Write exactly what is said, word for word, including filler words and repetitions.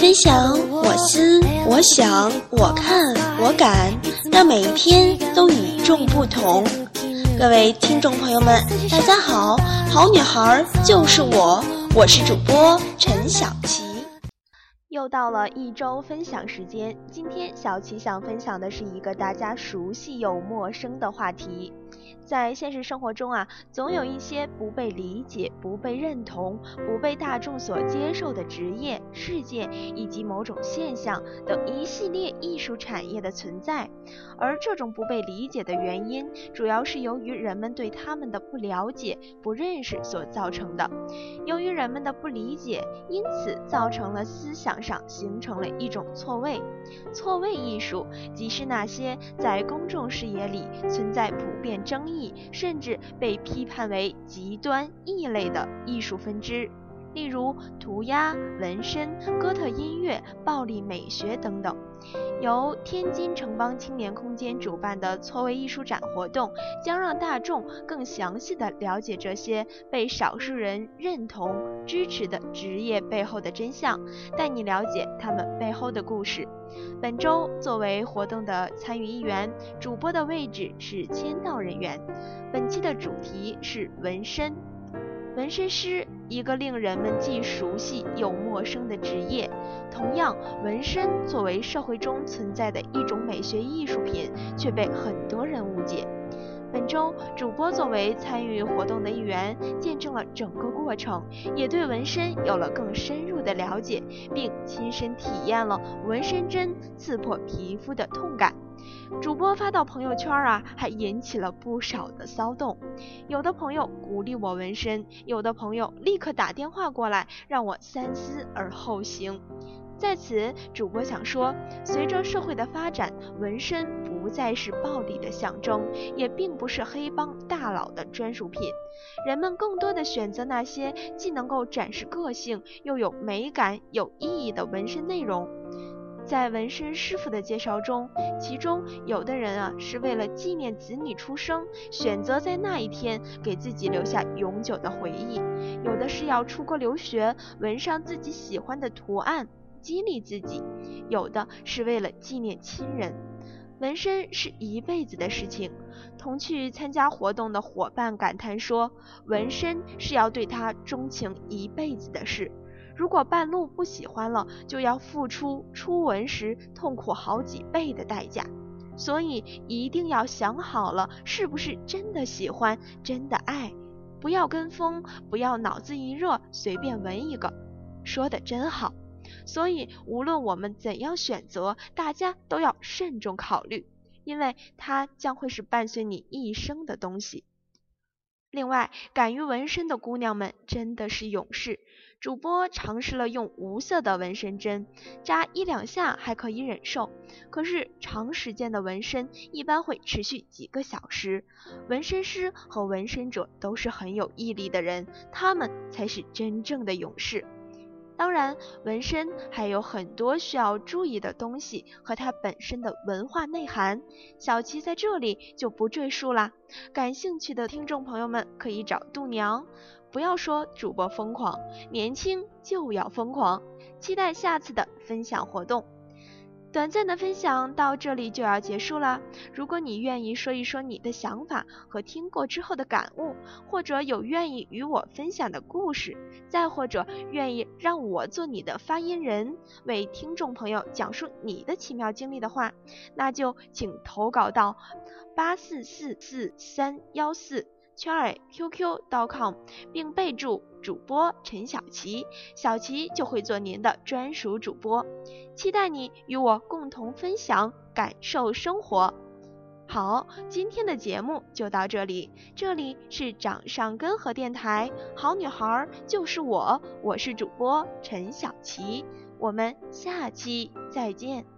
分享，我思，我想，我看，我感，让每一天都与众不同。各位听众朋友们，大家好，好女孩就是我，我是主播陈小琪。 又到了一周分享时间，今天小琪想分享的是一个大家熟悉又陌生的话题。在现实生活中啊，总有一些不被理解、不被认同、不被大众所接受的职业、事件以及某种现象等一系列艺术产业的存在。而这种不被理解的原因，主要是由于人们对他们的不了解、不认识所造成的。由于人们的不理解，因此造成了思想上形成了一种错位。错位艺术即是那些在公众视野里存在普遍争议，甚至被批判为极端异类的艺术分支，例如涂鸦、纹身、哥特音乐、暴力美学等等。由天津城邦青年空间主办的错位艺术展活动，将让大众更详细地了解这些被少数人认同、支持的职业背后的真相，带你了解他们背后的故事。本周作为活动的参与一员，主播的位置是签到人员。本期的主题是纹身。纹身师，一个令人们既熟悉又陌生的职业。同样，纹身作为社会中存在的一种美学艺术品，却被很多人误解。本周主播作为参与活动的一员，见证了整个过程，也对纹身有了更深入的了解，并亲身体验了纹身针刺破皮肤的痛感。主播发到朋友圈啊，还引起了不少的骚动。有的朋友鼓励我纹身，有的朋友立刻打电话过来，让我三思而后行。在此，主播想说，随着社会的发展，纹身不再是暴力的象征，也并不是黑帮大佬的专属品。人们更多的选择那些既能够展示个性，又有美感、有意义的纹身内容。在纹身师傅的介绍中，其中有的人啊是为了纪念子女出生，选择在那一天给自己留下永久的回忆；有的是要出国留学，纹上自己喜欢的图案，激励自己；有的是为了纪念亲人。纹身是一辈子的事情。同去参加活动的伙伴感叹说，纹身是要对他钟情一辈子的事。如果半路不喜欢了，就要付出初纹时痛苦好几倍的代价。所以一定要想好了，是不是真的喜欢，真的爱，不要跟风，不要脑子一热随便纹一个。说得真好。所以无论我们怎样选择，大家都要慎重考虑，因为它将会是伴随你一生的东西。另外，敢于纹身的姑娘们真的是勇士。主播尝试了用无色的纹身针，扎一两下还可以忍受，可是长时间的纹身一般会持续几个小时。纹身师和纹身者都是很有毅力的人，他们才是真正的勇士。当然，纹身还有很多需要注意的东西和它本身的文化内涵，小琪在这里就不赘述啦。感兴趣的听众朋友们可以找度娘。不要说主播疯狂，年轻就要疯狂。期待下次的分享活动。短暂的分享到这里就要结束了。如果你愿意说一说你的想法和听过之后的感悟，或者有愿意与我分享的故事，再或者愿意让我做你的发言人，为听众朋友讲述你的奇妙经历的话，那就请投稿到八四四四三一四圈 Q Q 点 com， 并备注主播陈小琪，小琪就会做您的专属主播。期待你与我共同分享感受生活。好，今天的节目就到这里，这里是掌上根河电台，好女孩就是我，我是主播陈小琪，我们下期再见。